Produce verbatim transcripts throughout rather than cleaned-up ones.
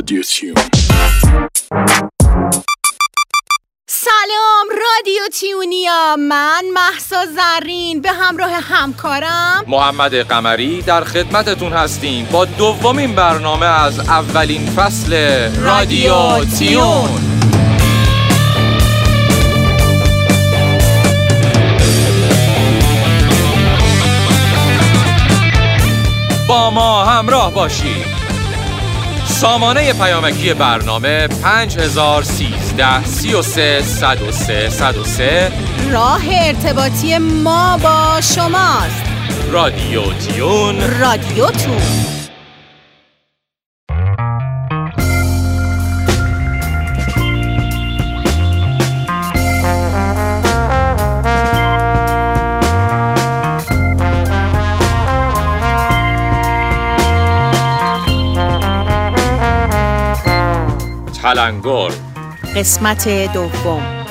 رادیو تیون. سلام رادیو تیونیا، من مهسا زرین به همراه همکارم محمد قمری در خدمتتون هستیم با دومین برنامه از اولین فصل رادیو تیون. با ما همراه باشید. سامانه پیامکی برنامه پنج هزار و سیزده سی و سه صد و سه صد و سه. راه ارتباطی ما با شماست. رادیو تیون. رادیو تون. تلنگر قسمت دوم.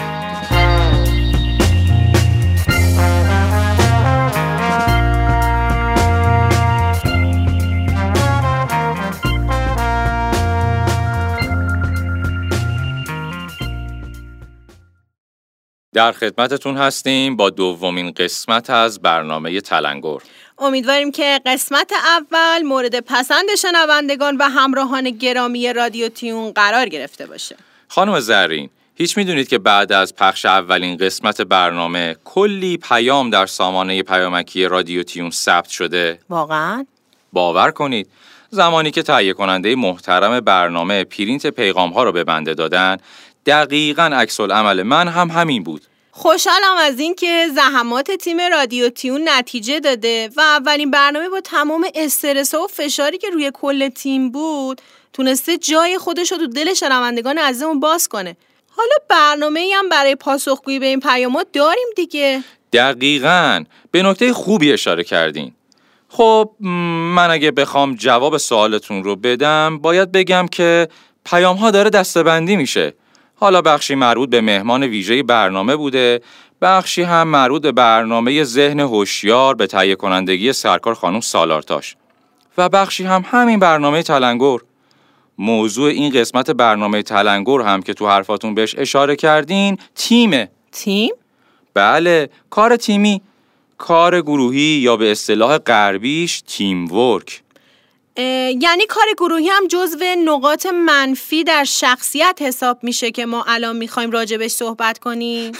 در خدمتتون هستیم با دومین قسمت از برنامه تلنگر. امیدواریم که قسمت اول مورد پسند شنوندگان و همراهان گرامی رادیو تیون قرار گرفته باشه. خانم زرین، هیچ میدونید که بعد از پخش اولین قسمت برنامه کلی پیام در سامانه پیامکی رادیو تیون ثبت شده؟ واقعاً؟ باور کنید زمانی که تهیه کننده محترم برنامه پرینت پیغام ها رو به بنده دادن، دقیقاً عکس العمل من هم همین بود. خوشحالم از این که زحمات تیم رادیو تیون نتیجه داده و اولین برنامه با تمام استرس و فشاری که روی کل تیم بود تونسته جای خودش رو تو دل شنوندگان عزیزمون باز کنه. حالا برنامه‌ای هم برای پاسخگویی به این پیامات داریم دیگه. دقیقاً به نکته خوبی اشاره کردین. خب من اگه بخوام جواب سوالتون رو بدم باید بگم که پیام ها داره دسته‌بندی میشه. حالا بخشی مربوط به مهمان ویژه برنامه بوده، بخشی هم مربوط به برنامه ذهن هوشیار به تهیه کنندگی سرکار خانم سالارتاش و بخشی هم همین برنامه تلنگر. موضوع این قسمت برنامه تلنگر هم که تو حرفاتون بهش اشاره کردین تیمه. تیم؟ بله، کار تیمی، کار گروهی یا به اصطلاح غربیش تیم ورک. یعنی کار گروهی هم جزو نقاط منفی در شخصیت حساب میشه که ما الان میخوایم راجبش صحبت کنیم؟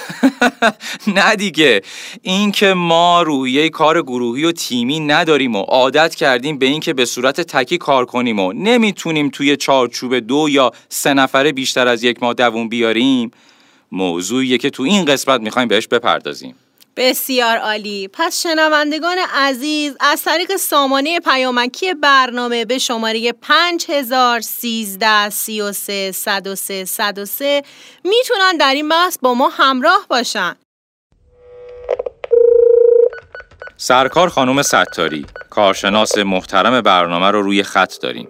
نه دیگه، این که ما روحیه کار گروهی و تیمی نداریم و عادت کردیم به این که به صورت تکی کار کنیم و نمیتونیم توی چارچوب دو یا سه نفره بیشتر از یک ما دووم بیاریم، موضوعیه که تو این قسمت میخوایم بهش بپردازیم. بسیار عالی. پس شنوندگان عزیز از طریق سامانه پیامکی برنامه به شماره پنج هزار و سیزده سی و سه صد و سه صد و سه میتونن در این بحث با ما همراه باشن. سرکار خانم ستاری، کارشناس محترم برنامه رو روی خط داریم.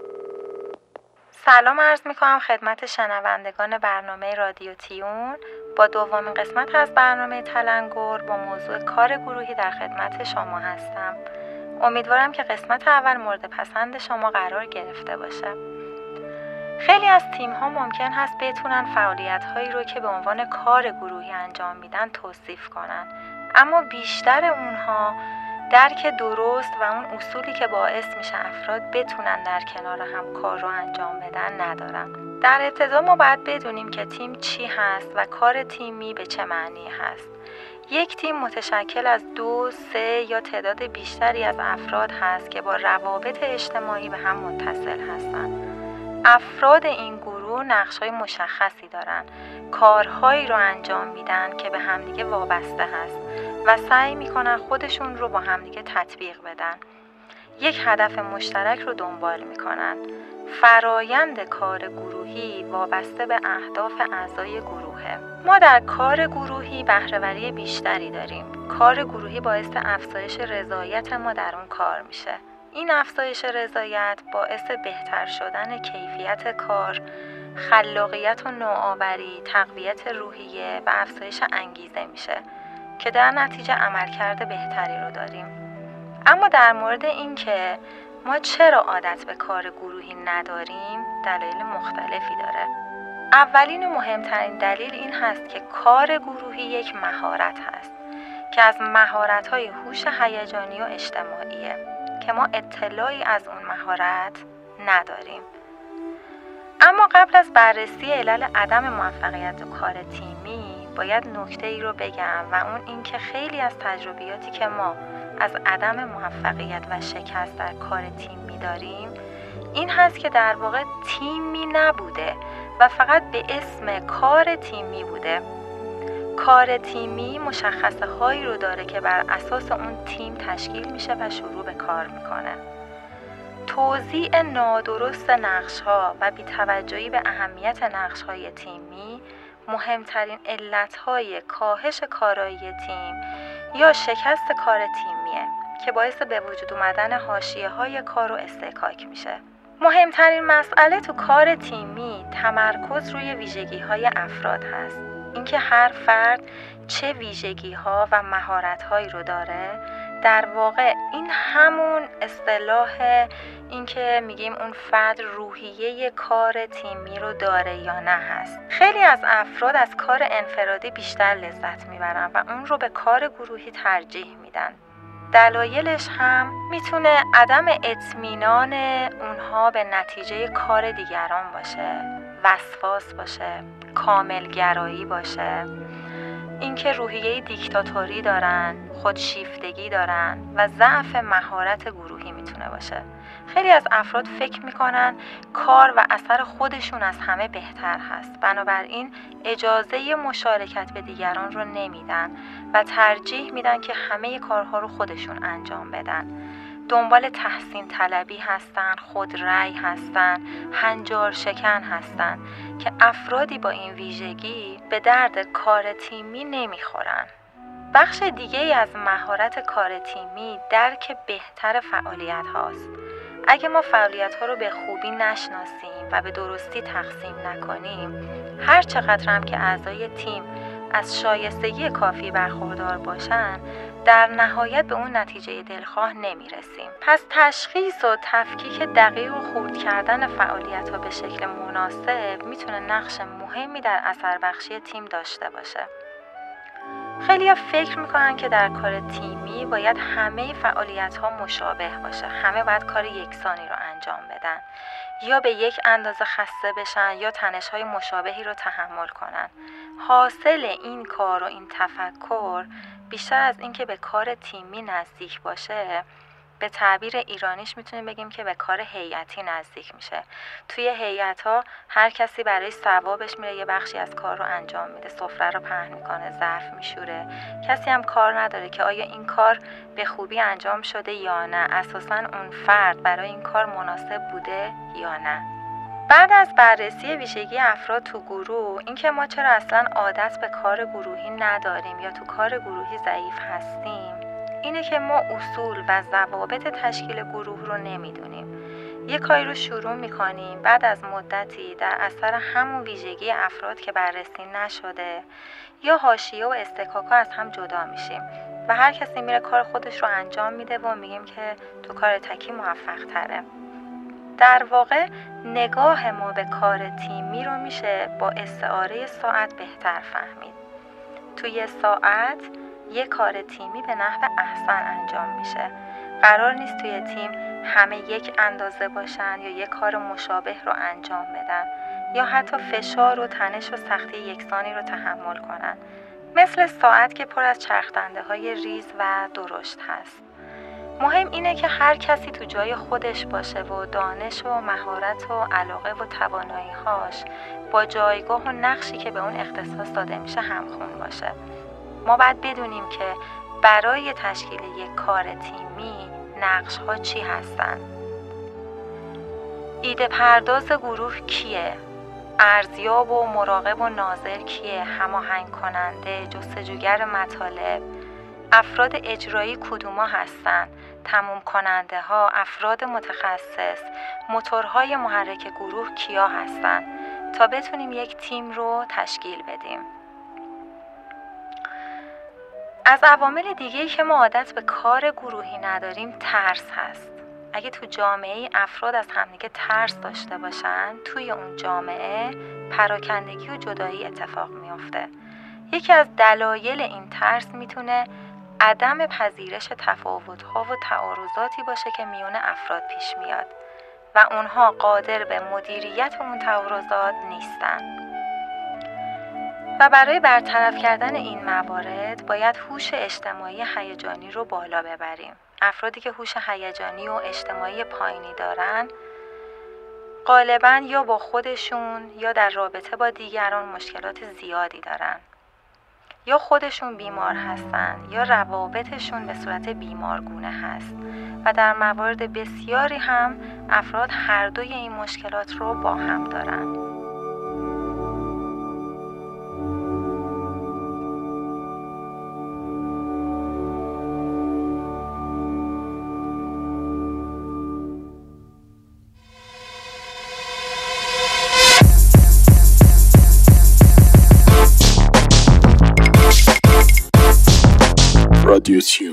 سلام عرض میکنم خدمت شنوندگان برنامه رادیو تیون. با دومین قسمت از برنامه تلنگر با موضوع کار گروهی در خدمت شما هستم. امیدوارم که قسمت اول مورد پسند شما قرار گرفته باشه. خیلی از تیم ها ممکن هست بتونن فعالیت هایی رو که به عنوان کار گروهی انجام میدن توصیف کنن، اما بیشتر اونها درک درست و اون اصولی که باعث میشه افراد بتونن در کنار هم کار رو انجام بدن ندارن. در ابتدا ما باید بدونیم که تیم چی هست و کار تیمی به چه معنی هست. یک تیم متشکل از دو، سه یا تعداد بیشتری از افراد هست که با روابط اجتماعی به هم متصل هستن. افراد این گروه نقش‌های مشخصی دارن، کارهایی رو انجام میدن که به همدیگه وابسته هست و سعی میکنن خودشون رو با همدیگه تطبیق بدن. یک هدف مشترک رو دنبال میکنن. فرایند کار گروهی وابسته به اهداف اعضای گروهه. ما در کار گروهی بهره‌وری بیشتری داریم. کار گروهی باعث افزایش رضایت ما در اون کار میشه. این افزایش رضایت باعث بهتر شدن کیفیت کار، خلاقیت و نوآوری، تقویت روحیه و افزایش انگیزه میشه که در نتیجه عملکرد بهتری رو داریم. اما در مورد این که ما چرا عادت به کار گروهی نداریم؟ دلایل مختلفی داره. اولین و مهمترین دلیل این هست که کار گروهی یک مهارت هست که از مهارت‌های هوش هیجانی و اجتماعیه که ما اطلاعی از اون مهارت نداریم. اما قبل از بررسی علل عدم موفقیت و کار تیمی باید نکته ای رو بگم و اون این که خیلی از تجربیاتی که ما از عدم موفقیت و شکست در کار تیمی داریم این هست که در واقع تیمی نبوده و فقط به اسم کار تیمی بوده. کار تیمی مشخصه هایی رو داره که بر اساس اون تیم تشکیل میشه و شروع به کار میکنه. توزیع نادرست نقش‌ها و بی‌توجهی به اهمیت نقش‌های تیمی مهمترین علت‌های کاهش کارایی تیم یا شکست کار تیمیه که باعث به وجود اومدن حاشیه‌های کار و استحکاک میشه. مهمترین مسئله تو کار تیمی تمرکز روی ویژگی‌های افراد هست. اینکه هر فرد چه ویژگی‌ها و مهارت‌هایی رو داره، در واقع این همون اصطلاح این که میگیم اون فرد روحیه کار تیمی رو داره یا نه هست. خیلی از افراد از کار انفرادی بیشتر لذت میبرن و اون رو به کار گروهی ترجیح میدن. دلایلش هم میتونه عدم اطمینان اونها به نتیجه کار دیگران باشه، وسواس باشه، کاملگرایی باشه، اینکه روحیه دیکتاتوری دارن، خودشیفتگی دارن و ضعف مهارت گروهی میتونه باشه. خیلی از افراد فکر میکنن کار و اثر خودشون از همه بهتر هست، بنابراین اجازه مشارکت به دیگران رو نمیدن و ترجیح میدن که همه کارها رو خودشون انجام بدن. دنبال تحسین طلبی هستن، خود رأی هستن، هنجار شکن هستن که افرادی با این ویژگی به درد کار تیمی نمیخورن. بخش دیگه ای از مهارت کار تیمی درک بهتر فعالیت هاست. اگه ما فعالیت ها رو به خوبی نشناسیم و به درستی تقسیم نکنیم، هر چقدر هم که اعضای تیم از شایستگی کافی برخوردار باشن، در نهایت به اون نتیجه دلخواه نمیرسیم. پس تشخیص و تفکیک دقیق و خرد کردن فعالیت ها به شکل مناسب میتونه نقش مهمی در اثر بخشی تیم داشته باشه. خیلی ها فکر میکنن که در کار تیمی باید همه فعالیت ها مشابه باشه، همه باید کار یکسانی رو انجام بدن یا به یک اندازه خسته بشن یا تنش های مشابهی رو تحمل کنن. حاصل این کار و این تفکر بیشتر از این که به کار تیمی نزدیک باشه، به تعبیر ایرانیش میتونیم بگیم که به کار هیئتی نزدیک میشه. توی هیئت‌ها هر کسی برای ثوابش میره یه بخشی از کار رو انجام میده، سفره رو پهن میکنه، ظرف میشوره. کسی هم کار نداره که آیا این کار به خوبی انجام شده یا نه، اساساً اون فرد برای این کار مناسب بوده یا نه. بعد از بررسی ویژگی افراد تو گروه، اینکه ما چرا اصلاً عادت به کار گروهی نداریم یا تو کار گروهی ضعیف هستیم، اینه که ما اصول و ضوابط تشکیل گروه رو نمیدونیم. یه کاری رو شروع میکنیم، بعد از مدتی در اثر همون ویژگی افراد که بررسی نشده یا حاشیه و استکاکا از هم جدا میشیم و هر کسی میره کار خودش رو انجام میده و میگیم که تو کار تکی موفق تره. در واقع نگاه ما به کار تیمی رو میشه با استعاره ساعت بهتر فهمید. توی ساعت یک کار تیمی به نحو احسن انجام میشه. قرار نیست توی تیم همه یک اندازه باشن یا یک کار مشابه رو انجام بدن یا حتی فشار و تنش و سختی یکسانی رو تحمل کنن. مثل ساعت که پر از چرخدنده های ریز و درشت هست. مهم اینه که هر کسی تو جای خودش باشه و دانش و مهارت و علاقه و توانایی‌هاش با جایگاه و نقشی که به اون اختصاص داده میشه همخوان باشه. ما باید بدونیم که برای تشکیل یک کار تیمی نقش‌ها چی هستن. ایده پرداز گروه کیه؟ ارزیاب و مراقب و ناظر کیه؟ هماهنگ کننده، جستجوگر مطالب. افراد اجرایی کدوما هستن؟ تموم کننده ها، افراد متخصص، موتورهای محرک گروه کیا هستن تا بتونیم یک تیم رو تشکیل بدیم. از عوامل دیگه‌ای که ما عادت به کار گروهی نداریم ترس هست. اگه تو جامعه افراد از همدیگه ترس داشته باشن، توی اون جامعه پراکندگی و جدایی اتفاق میفته. یکی از دلایل این ترس میتونه عدم پذیرش تفاوت‌ها و تعارضاتی باشه که میون افراد پیش میاد و اونها قادر به مدیریت اون تعارضات نیستن. و برای برطرف کردن این موارد باید هوش اجتماعی هیجانی رو بالا ببریم. افرادی که هوش هیجانی و اجتماعی پایینی دارن غالباً یا با خودشون یا در رابطه با دیگران مشکلات زیادی دارن، یا خودشون بیمار هستن یا روابطشون به صورت بیمارگونه هست و در موارد بسیاری هم افراد هر دوی این مشکلات رو با هم دارن. رادیو تیون.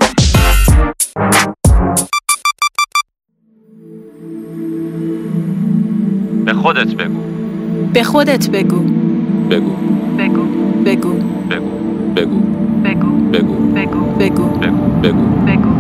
به خودت بگو. به خودت بگو. بگو. بگو. بگو. بگو. بگو. بگو. بگو. بگو. بگو. بگو. بگو. بگو.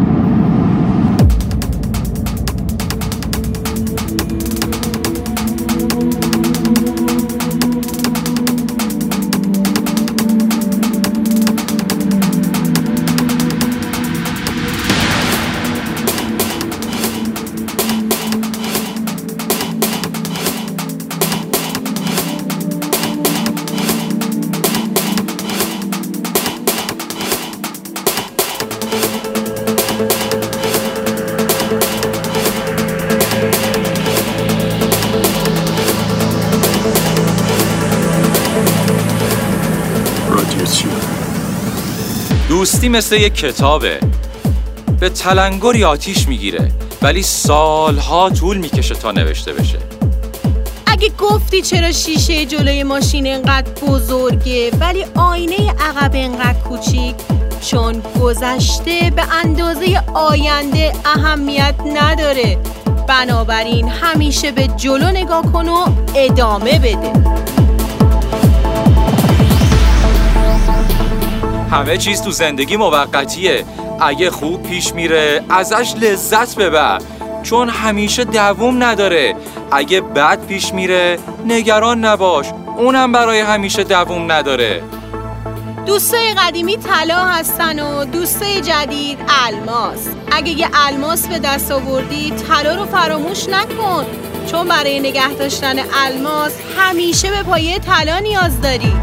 دوستی مثل یک کتابه، به تلنگری آتیش میگیره ولی سالها طول میکشه تا نوشته بشه. اگه گفتی چرا شیشه جلوی ماشین اینقدر بزرگه ولی آینه عقب اینقدر کوچیک، چون گذشته به اندازه آینده اهمیت نداره، بنابراین همیشه به جلو نگاه کن و ادامه بده. همه چیز تو زندگی موقتیه، اگه خوب پیش میره ازش لذت ببر، چون همیشه دوام نداره. اگه بد پیش میره نگران نباش، اونم برای همیشه دوام نداره. دوستای قدیمی طلا هستن و دوستای جدید الماس. اگه یه الماس به دست آوردی طلا رو فراموش نکن، چون برای نگه داشتن الماس همیشه به پایه طلا نیاز داری.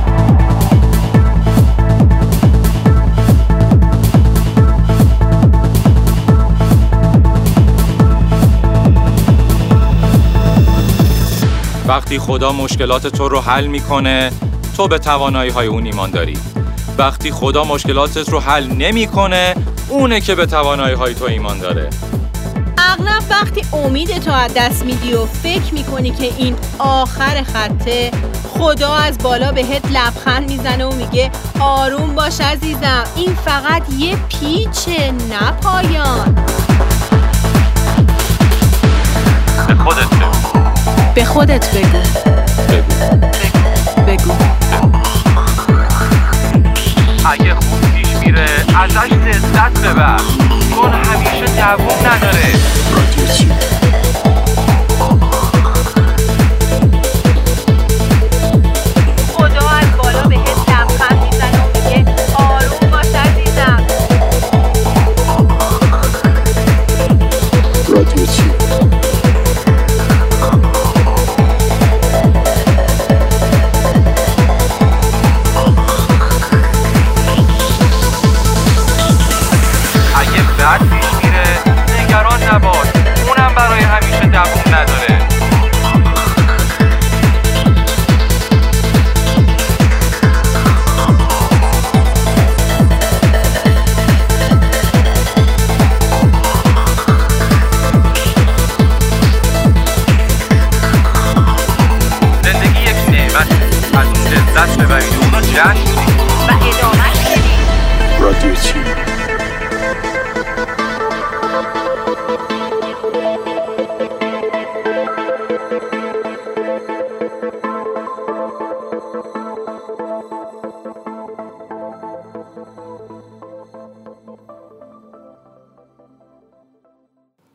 وقتی خدا مشکلات تو رو حل میکنه، تو به توانایی‌های اون ایمان داری. وقتی خدا مشکلاتت رو حل نمیکنه، اونه که به توانایی‌های تو ایمان داره. اغلب وقتی امید تو از دست میدی و فکر میکنی که این آخر خطه، خدا از بالا بهت لبخند میزنه و میگه آروم باش عزیزم، این فقط یه پیچه نه پایان. به خودت بگو. به خودت بگو. بگو. بگو. اگه خوب پیش میره ازش لذت ببر، چون همیشه دوام نداره. خدا از بالا بهت لبخند میزنه و میگه آروم باش عزیزم. رادیو تیون. اگه بد پیش میره نگران نباش،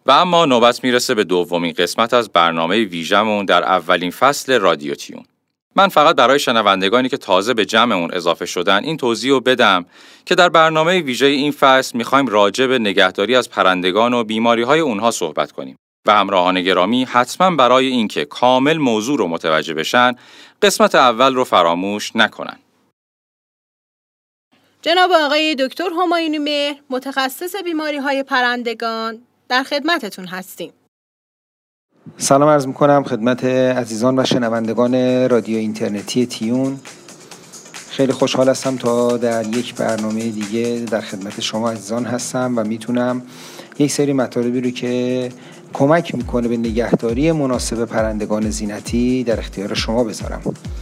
و اما نوبت میرسه به دومین قسمت از برنامه ویژمون در اولین فصل رادیو تیون. من فقط برای شنوندگانی که تازه به جمعمون اضافه شدن این توضیح رو بدم که در برنامه ویژه این فصل میخوایم راجع به نگهداری از پرندگان و بیماری‌های اونها صحبت کنیم و همراهان گرامی حتما برای اینکه کامل موضوع رو متوجه بشن قسمت اول رو فراموش نکنن. جناب آقای دکتر همایونی مهر، متخصص بیماری‌های پرندگان، در خدمتتون هستیم. سلام عرض میکنم خدمت عزیزان و شنوندگان رادیو اینترنتی تیون. خیلی خوشحال هستم تا در یک برنامه دیگه در خدمت شما عزیزان هستم و میتونم یک سری مطالبی رو که کمک میکنه به نگهداری مناسب پرندگان زینتی در اختیار شما بذارم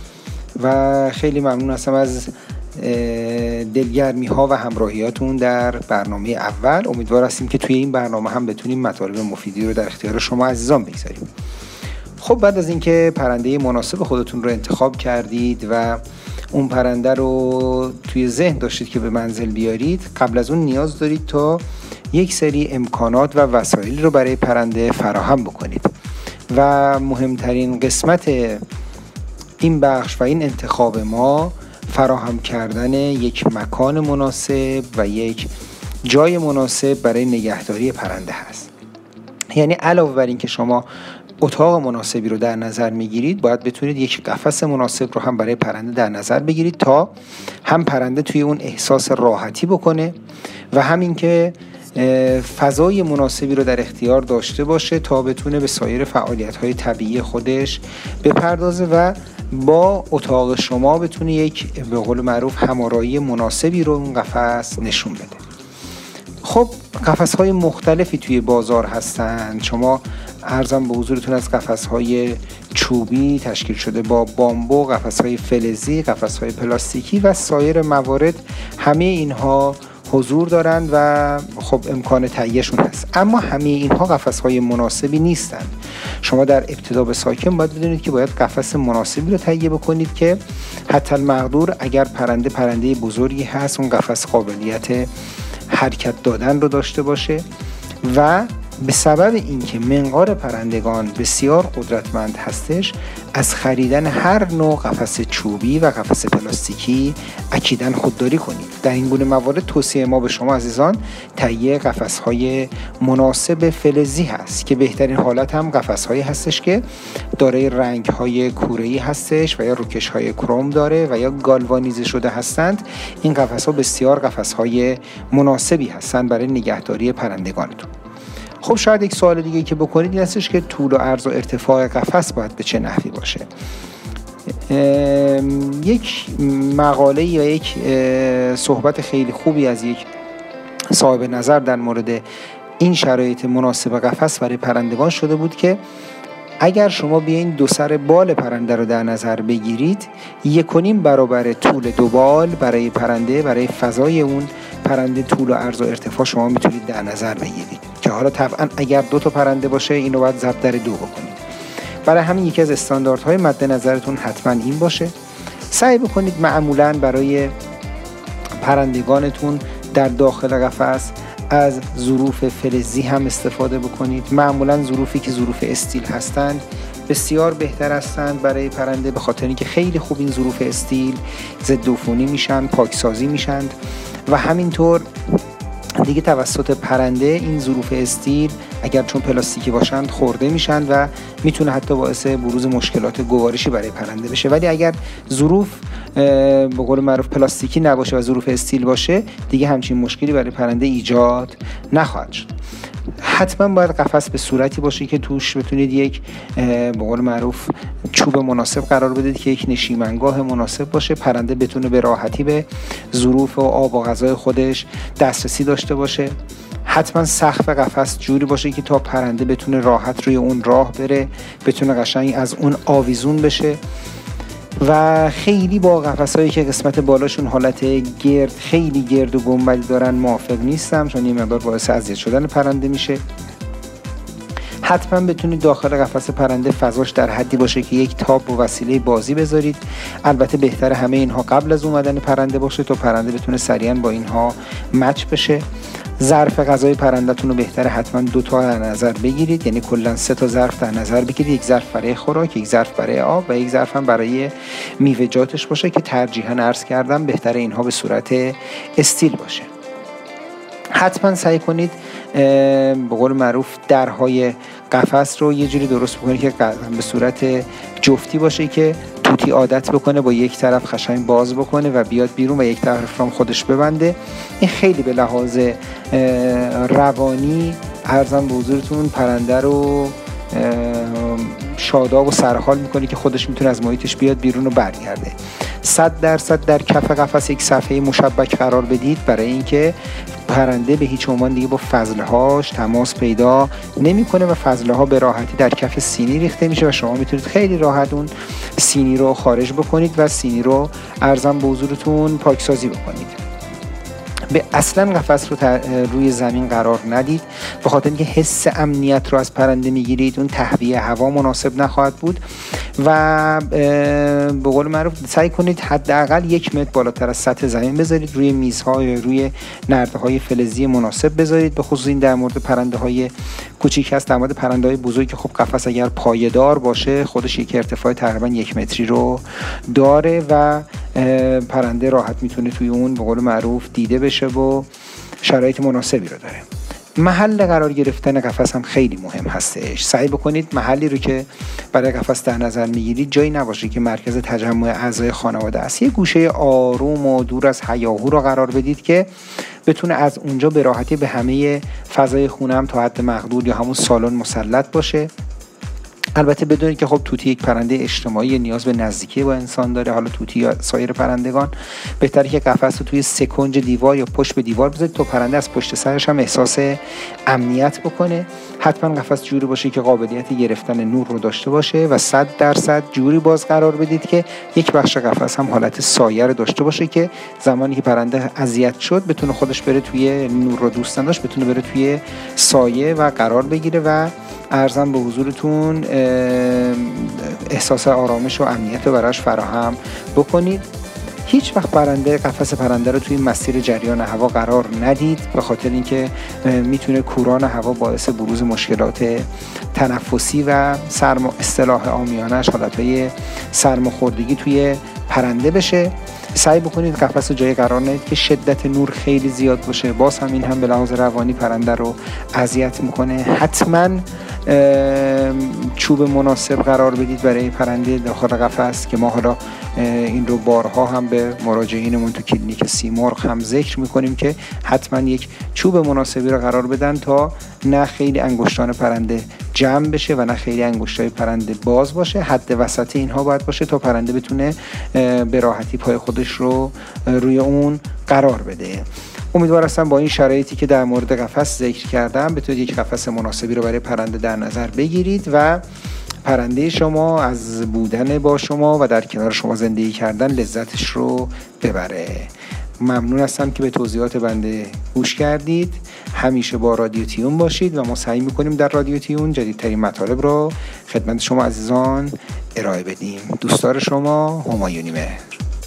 و خیلی ممنون هستم از دلگرمی ها و همراهیاتون در برنامه اول. امیدوار هستیم که توی این برنامه هم بتونیم مطالب مفیدی رو در اختیار شما عزیزان بگذاریم. خب بعد از اینکه پرنده مناسب خودتون رو انتخاب کردید و اون پرنده رو توی ذهن داشتید که به منزل بیارید، قبل از اون نیاز دارید تا یک سری امکانات و وسایلی رو برای پرنده فراهم بکنید و مهمترین قسمت این بخش و این انتخاب ما فراهم کردن یک مکان مناسب و یک جای مناسب برای نگهداری پرنده هست. یعنی علاوه بر این که شما اتاق مناسبی رو در نظر میگیرید، باید بتونید یک قفس مناسب رو هم برای پرنده در نظر بگیرید تا هم پرنده توی اون احساس راحتی بکنه و همین که فضای مناسبی رو در اختیار داشته باشه تا بتونه به سایر فعالیت‌های طبیعی خودش بپردازه و با اتاق شما بتونه یک به قول معروف همارایی مناسبی رو اون قفس نشون بده. خب قفس‌های مختلفی توی بازار هستن. شما عرضم به حضورتون از قفس‌های چوبی تشکیل شده با بامبو، قفس‌های فلزی، قفس‌های پلاستیکی و سایر موارد، همه اینها حضور دارند و خب امکان تهیه‌شون هست. اما همه اینها قفس‌های مناسبی نیستند. شما در ابتدا به ساکن باید بدونید که باید قفس مناسبی رو تهیه بکنید که حتی المقدور اگر پرنده پرنده بزرگی هست اون قفس قابلیت حرکت دادن رو داشته باشه و به سبب اینکه منقار پرندگان بسیار قدرتمند هستش، از خریدن هر نوع قفس چوبی و قفس پلاستیکی اکیداً خودداری کنید. در این گونه موارد توصیه ما به شما عزیزان تهیه قفس‌های مناسب فلزی هست که بهترین حالت هم قفس‌هایی هستش که دارای رنگ‌های کوره‌ای هستش و یا روکش‌های کروم داره و یا گالوانیزه شده هستند. این قفس‌ها بسیار قفس‌های مناسبی هستند برای نگهداری پرندگانتون. خب شاید یک سوال دیگه که بکنید این هستش که طول و عرض و ارتفاع قفس باید به چه نحوی باشه. یک مقاله یا یک صحبت خیلی خوبی از یک صاحب نظر در مورد این شرایط مناسب قفس برای پرندگان شده بود که اگر شما بیاین دو سر بال پرنده رو در نظر بگیرید، یک و نیم برابر طول دو بال برای پرنده، برای فضای اون پرنده طول و عرض و ارتفاع شما میتونید در نظر بگیرید که حالا طبعا اگر دو تا پرنده باشه اینو باید ضرب در دو بکنید. برای همین یکی از استانداردهای مد نظرتون حتما این باشه. سعی بکنید معمولاً برای پرندگانتون در داخل قفس از ظروف فلزی هم استفاده بکنید. معمولاً ظروفی که ظروف استیل هستند بسیار بهتر هستند برای پرنده، به خاطر اینکه خیلی خوب این ظروف استیل ضد عفونی میشن، پاکسازی میشن و همینطور دیگه توسط پرنده این ظروف استیل اگر چون پلاستیکی باشند خورده میشن و میتونه حتی باعث بروز مشکلات گوارشی برای پرنده بشه. ولی اگر ظروف به قول معروف پلاستیکی نباشه و ظروف استیل باشه، دیگه همچین مشکلی برای پرنده ایجاد نخواهد شد. حتما باید قفس به صورتی باشه که توش بتونید یک به قول معروف چوب مناسب قرار بدید که یک نشیمنگاه مناسب باشه، پرنده بتونه به راحتی به ظروف و آب و غذای خودش دسترسی داشته باشه. حتما سقف قفس جوری باشه که تا پرنده بتونه راحت روی اون راه بره، بتونه قشنگ از اون آویزون بشه و خیلی با قفسایی که قسمت بالاشون حالت گرد خیلی گرد و گنبدی دارن موافق نیستم، چون این مقدار باعث اذیت شدن پرنده میشه. حتما بتونید داخل قفس پرنده فضاش در حدی باشه که یک تاب و وسیله بازی بذارید. البته بهتر همه اینها قبل از اومدن پرنده باشه تا پرنده بتونه سریعا با اینها مچ بشه ظرف غذای پرنده‌تون رو بهتره حتما دو تا در نظر بگیرید، یعنی کلا سه تا ظرف در نظر بگیرید، یک ظرف برای خوراک، یک ظرف برای آب و یک ظرف هم برای میوه‌جاتش باشه که ترجیحاً عرض کردم بهتره اینها به صورت استیل باشه. حتما سعی کنید به قول معروف درهای قفس رو یه جوری درست بکنید که به صورت جفتی باشه که توتی عادت بکنه با یک طرف خشنگ باز بکنه و بیاد بیرون و یک طرف هم خودش ببنده. این خیلی به لحاظ روانی عرضم به حضورتون پرنده رو شاداب و سرحال میکنه که خودش میتونه از محیطش بیاد بیرون و برگرده. صد درصد در کف قفس یک صفحه مشبک قرار بدید برای اینکه پرنده به هیچ عنوان دیگه با فضلهاش تماس پیدا نمیکنه و فضلها به راحتی در کف سینی ریخته میشه و شما میتونید خیلی راحت اون سینی رو خارج بکنید و سینی رو عرضم به حضورتون پاکسازی بکنید. به اصلا قفس رو روی زمین قرار ندید، به خاطر اینکه حس امنیت رو از پرنده میگیرید، اون تهویه هوا مناسب نخواهد بود و به قول معروف سعی کنید حداقل یک متر بالاتر از سطح زمین بذارید، روی میزهای روی نرده‌های فلزی مناسب بذارید. به خصوص این در مورد پرنده‌های کوچیک هست. در مورد پرنده‌های بزرگ که خب قفس اگر پایه‌دار باشه خودش یک ارتفاع تقریبا یک متری رو داره و پرنده راحت میتونه توی اون به قول معروف دیده بشه و شرایط مناسبی رو داره. محل قرار گرفتن قفس هم خیلی مهم هستش. سعی بکنید محلی رو که برای قفس در نظر میگیرید جایی نباشه که مرکز تجمع اعضای خانواده است. یه گوشه آروم و دور از هیاهو رو قرار بدید که بتونه از اونجا به راحتی به همه فضای خونه هم تا حد مقدور یا همون سالن مسلط باشه. البته بدونید که خب توتی یک پرنده اجتماعی نیاز به نزدیکی با انسان داره. حالا توتی یا سایر پرندگان بهتره که قفس رو توی سه کنج دیوار یا پشت به دیوار بذارید تا پرنده از پشت سرش هم احساس امنیت بکنه. حتما قفس جوری باشه که قابلیت گرفتن نور رو داشته باشه و صد درصد جوری باز قرار بدید که یک بخش قفس هم حالت سایه رو داشته باشه که زمانی که پرنده اذیت شد بتونه خودش بره توی نور رو دوست نداشت بتونه بره توی سایه و قرار بگیره و عرضم به حضورتون احساس آرامش و امنیت رو براش فراهم بکنید. هیچ وقت پرنده قفس پرنده رو توی مسیر جریان هوا قرار ندید، به خاطر اینکه میتونه کوران هوا باعث بروز مشکلات تنفسی و سرما اصطلاح عامیانش حالتهای سرماخوردگی توی پرنده بشه. سعی بکنید قفس رو جای قرار ندید که شدت نور خیلی زیاد باشه، باز هم این هم به لحاظ روانی پرنده رو اذیت میکنه. حتما چوب مناسب قرار بدید برای پرنده داخل قفس که ما حالا این رو بارها هم به مراجعینمون تو کلینیک سیمرغ هم ذکر میکنیم که حتما یک چوب مناسبی رو قرار بدن تا نه خیلی انگشتان پرنده جمع بشه و نه خیلی انگشتای پرنده باز باشه. حد وسط اینها باید باشه تا پرنده بتونه به راحتی پای خودش رو روی اون قرار بده. امیدوار هستم با این شرایطی که در مورد قفس ذکر کردم بتونید یک قفس مناسبی رو برای پرنده در نظر بگیرید و پرنده شما از بودن با شما و در کنار شما زندگی کردن لذتش رو ببره. ممنون هستم که به توضیحات بنده گوش کردید. همیشه با رادیو تیون باشید و ما سعی میکنیم در رادیو تیون جدیدترین مطالب رو خدمت شما عزیزان ارائه بدیم. دوستدار شما، همایونی مهر.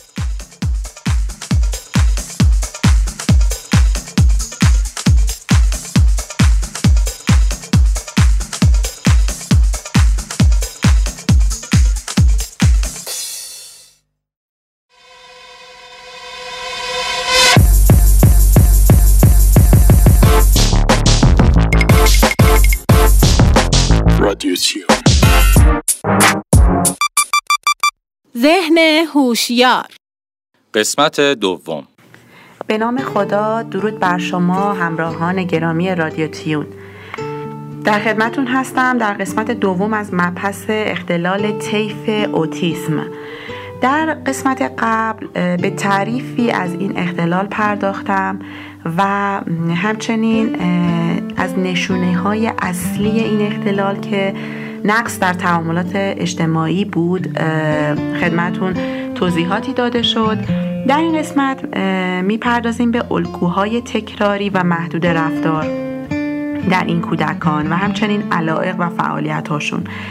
ذهن هوشیار قسمت دوم. به نام خدا، درود بر شما همراهان گرامی رادیو تیون. در خدمتون هستم در قسمت دوم از مبحث اختلال طیف اوتیسم. در قسمت قبل به تعریفی از این اختلال پرداختم و همچنین از نشونه‌های اصلی این اختلال که نقص در تعاملات اجتماعی بود خدمتون توضیحاتی داده شد. در این قسمت میپردازیم به الگوهای تکراری و محدود رفتار در این کودکان و همچنین علایق و فعالیت‌هاشون.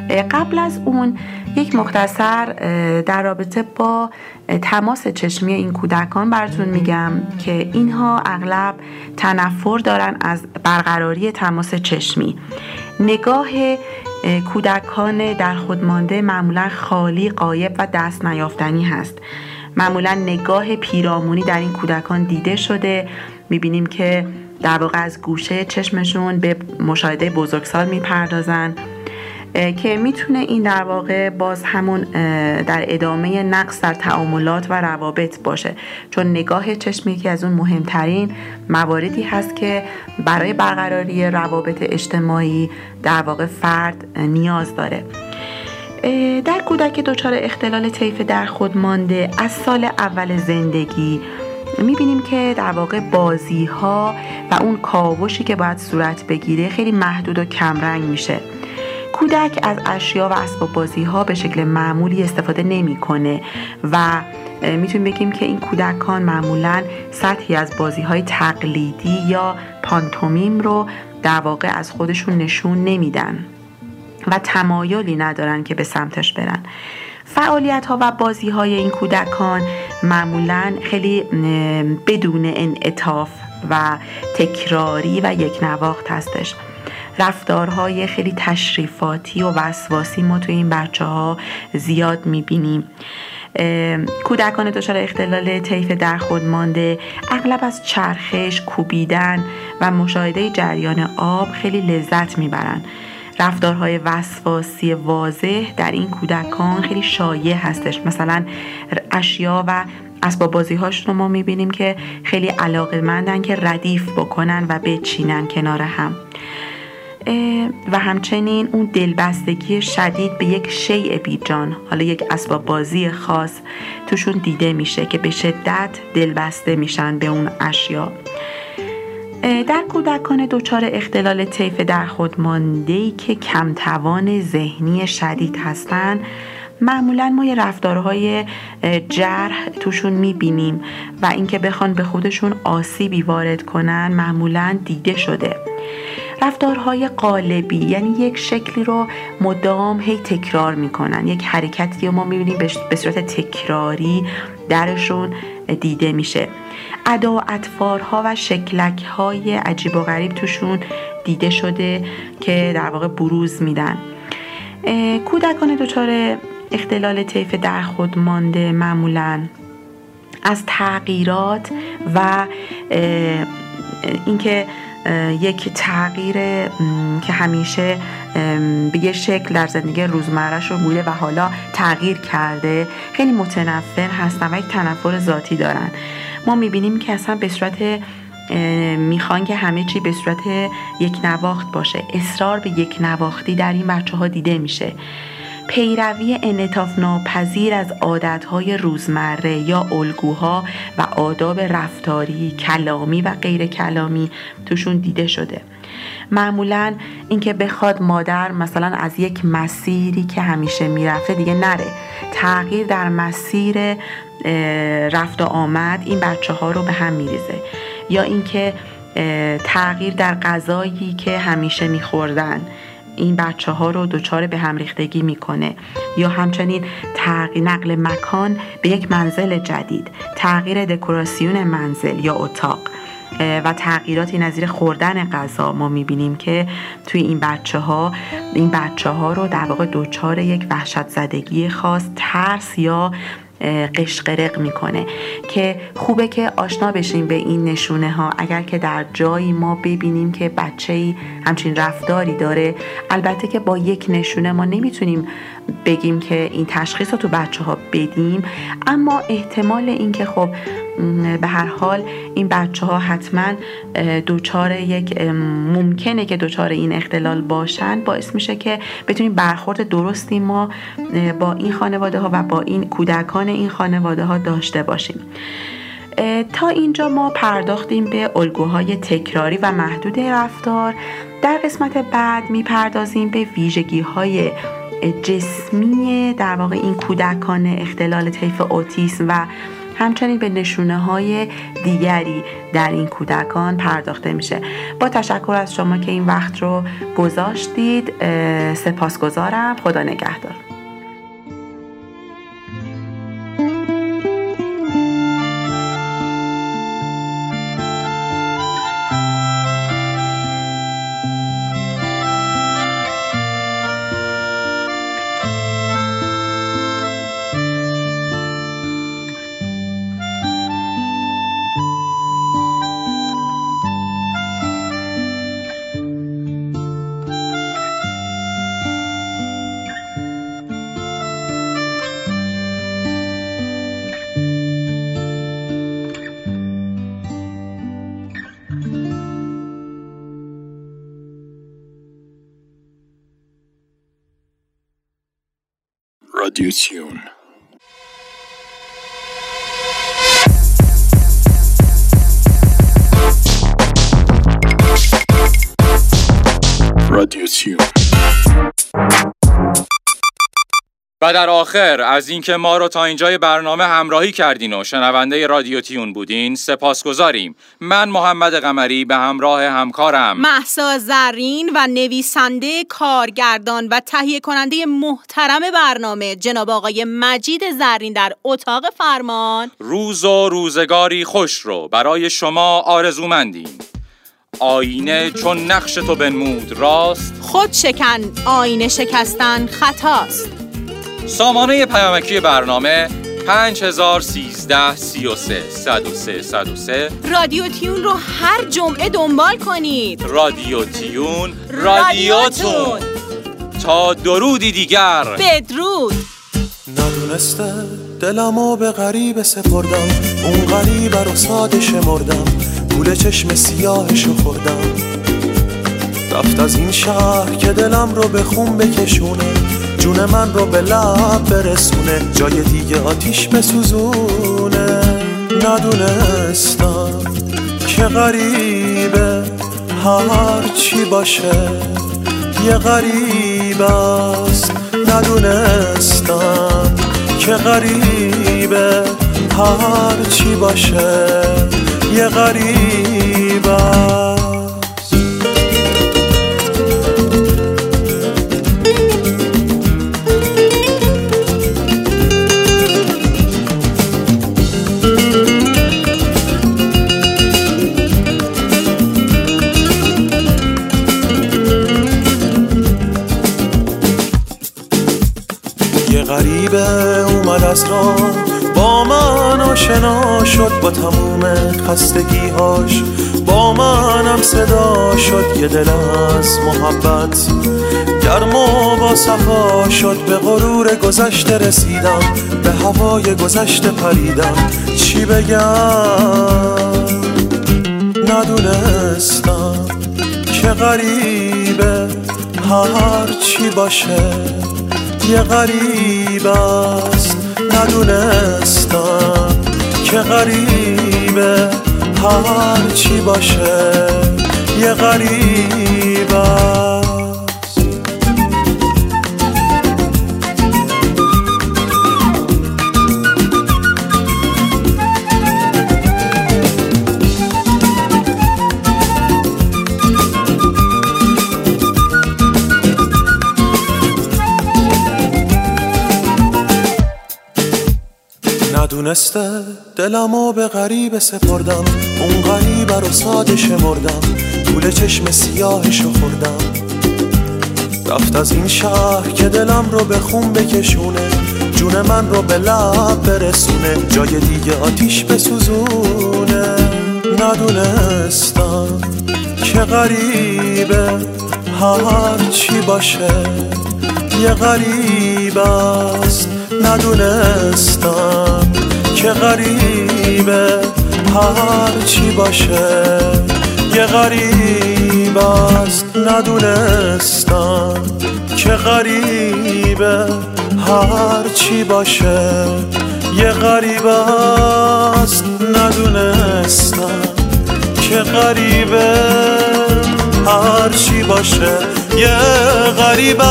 قبل از اون یک مختصر در رابطه با تماس چشمی این کودکان براتون میگم که اینها اغلب تنفر دارن از برقراری تماس چشمی. نگاه کودکان در خود مانده معمولا خالی، غایب و دست نیافتنی هست. معمولا نگاه پیرامونی در این کودکان دیده شده. میبینیم که در واقع از گوشه چشمشون به مشاهده بزرگسال میپردازن که میتونه این در واقع باز همون در ادامه نقص در تعاملات و روابط باشه، چون نگاه چشمی که از اون مهمترین مواردی هست که برای برقراری روابط اجتماعی در واقع فرد نیاز داره. در کودک دچار اختلال طیف در خود مانده از سال اول زندگی میبینیم که در واقع بازی ها و اون کاوشی که باید صورت بگیره خیلی محدود و کمرنگ میشه. کودک از اشیا و اسباب بازی ها به شکل معمولی استفاده نمیکنه و میتونیم بگیم که این کودکان معمولا سطحی از بازی های تقلیدی یا پانتومیم رو در واقع از خودشون نشون نمیدن و تمایلی ندارن که به سمتش برن. فعالیت ها و بازی های این کودکان معمولا خیلی بدون انعطاف و تکراری و یک نواخت هستش. رفتارهای خیلی تشریفاتی و وسواسی ما توی این بچه ها زیاد میبینیم. کودکان دچار اختلال طیف در خود مانده اغلب از چرخش، کوبیدن و مشاهده جریان آب خیلی لذت میبرن. رفتارهای وسواسی واضح در این کودکان خیلی شایع هستش. مثلا اشیا و اسباب بازی هاشون ما میبینیم که خیلی علاقه‌مندن که ردیف بکنن و بچینن کنار هم. و همچنین اون دلبستگی شدید به یک شیء بیجان، حالا یک اسباب بازی خاص توشون دیده میشه که به شدت دلبسته میشن به اون اشیا. در کودکان دچار اختلال طیف در خود مانده‌ای که کم توان ذهنی شدید هستن معمولا ما یه رفتارهای جرح توشون میبینیم و اینکه بخوان به خودشون آسیبی وارد کنن معمولا دیده شده. رفتارهای قالبی یعنی یک شکلی رو مدام هی تکرار میکنن، یک حرکتی رو ما میبینیم به صورت تکراری درشون دیده میشه. ادا و اطوارها و شکلک‌های عجیب و غریب توشون دیده شده که در واقع بروز میدن. کودکان دچار اختلال طیف در خود مانده معمولاً از تغییرات و اینکه یک تغییر که همیشه به یه شکل در زندگی روزمره‌شون بوده و حالا تغییر کرده خیلی متنفر هستن و یک تنفر ذاتی دارن. ما میبینیم که اصلا به صورت میخوان که همه چی به صورت یک نواخت باشه. اصرار به یک نواختی در این بچه ها دیده میشه. پیروی انعطاف ناپذیر از عادتهای روزمره یا الگوها و آداب رفتاری، کلامی و غیر کلامی توشون دیده شده. معمولاً اینکه بخواد مادر مثلا از یک مسیری که همیشه میرفته دیگه نره، تغییر در مسیر رفت و آمد این بچه ها رو به هم میریزه، یا اینکه تغییر در غذایی که همیشه میخوردن این بچه ها رو دچار به هم ریختگی میکنه، یا همچنین تغییر نقل مکان به یک منزل جدید، تغییر دکوراسیون منزل یا اتاق و تغییراتی نظیر خوردن غذا ما میبینیم که توی این بچه ها این بچه ها رو در واقع دچار یک وحشت زدگی خاص، ترس یا قشقرق میکنه که خوبه که آشنا بشیم به این نشونه ها. اگر که در جایی ما ببینیم که بچه‌ای همچین رفتاری داره، البته که با یک نشونه ما نمیتونیم بگیم که این تشخیص رو تو بچه ها بدیم، اما احتمال این که خب به هر حال این بچه ها حتما دوچار یک ممکنه که دوچار این اختلال باشن، باعث میشه که بتونیم برخورد درستی ما با این خانواده ها و با این کودکان این خانواده ها داشته باشیم. تا اینجا ما پرداختیم به الگوهای تکراری و محدود رفتار. در قسمت بعد میپردازیم به ویژگی‌های جسمی در واقع این کودکان اختلال طیف اوتیسم و همچنین به نشونه‌های دیگری در این کودکان پرداخته میشه. با تشکر از شما که این وقت رو گذاشتید. سپاسگزارم. خدا نگهدار. رادیو تیون. رادیو تیون. و در آخر از اینکه ما رو تا اینجای برنامه همراهی کردین و شنونده رادیو تیون بودین سپاسگزاریم. من محمد قمری به همراه همکارم مهسا زرین و نویسنده، کارگردان و تهیه کننده محترم برنامه جناب آقای مجید زرین در اتاق فرمان روز و روزگاری خوش رو برای شما آرزومندیم. آینه چون نقش تو بنمود راست، خود شکن آینه شکستن خطاست. سامانه پیامکی برنامه پنج هزار و سیزده سی و سه صد و سه صد و سه. رادیو تیون رو هر جمعه دنبال کنید. رادیو تیون، رادیوتون. تا درودی دیگر، بدرود. ندونسته دلمو به غریب سپردم، اون غریب رو ساده شمردم، گوله چشم سیاهشو خوردم. رفت از این شهر که دلم رو به خون بکشونه، جون من رو به لب برسونه، جای دیگه آتیش بسوزونه. ندونستم که غریبه هر چی باشه یه غریب است. ندونستم که غریبه هر چی باشه یه غریب است. غریبه اومد از راه با من آشنا شد، با تموم خستگیهاش با منم صدا شد. یه دل از محبت گرم و با صفا شد، به غرور گذشته رسیدم، به هوای گذشته پریدم. چی بگم ندونستم که غریبه هر چی باشه یه غریب است. ندونستم که غریبه هر چی باشه یه غریب است. ندونسته دلمو به غریب سپردم، اون غریب رو ساده شمردم، گوله چشم سیاهشو خوردم. رفت از این شهر که دلم رو به خون بکشونه، جون من رو به لب برسونه، جای دیگه آتیش بسوزونه. ندونستم که غریبه هر چی باشه یه غریب است. ندونستم که غریبه هر چی باشه یه غریب است. ندونستم که غریبه هر چی باشه یه غریب است. ندونستم که غریبه هر چی باشه یه غریب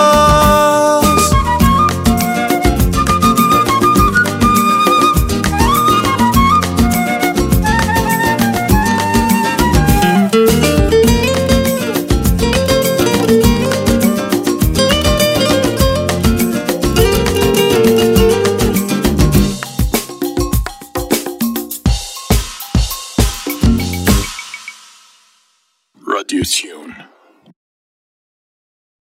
است. رادیو تیون.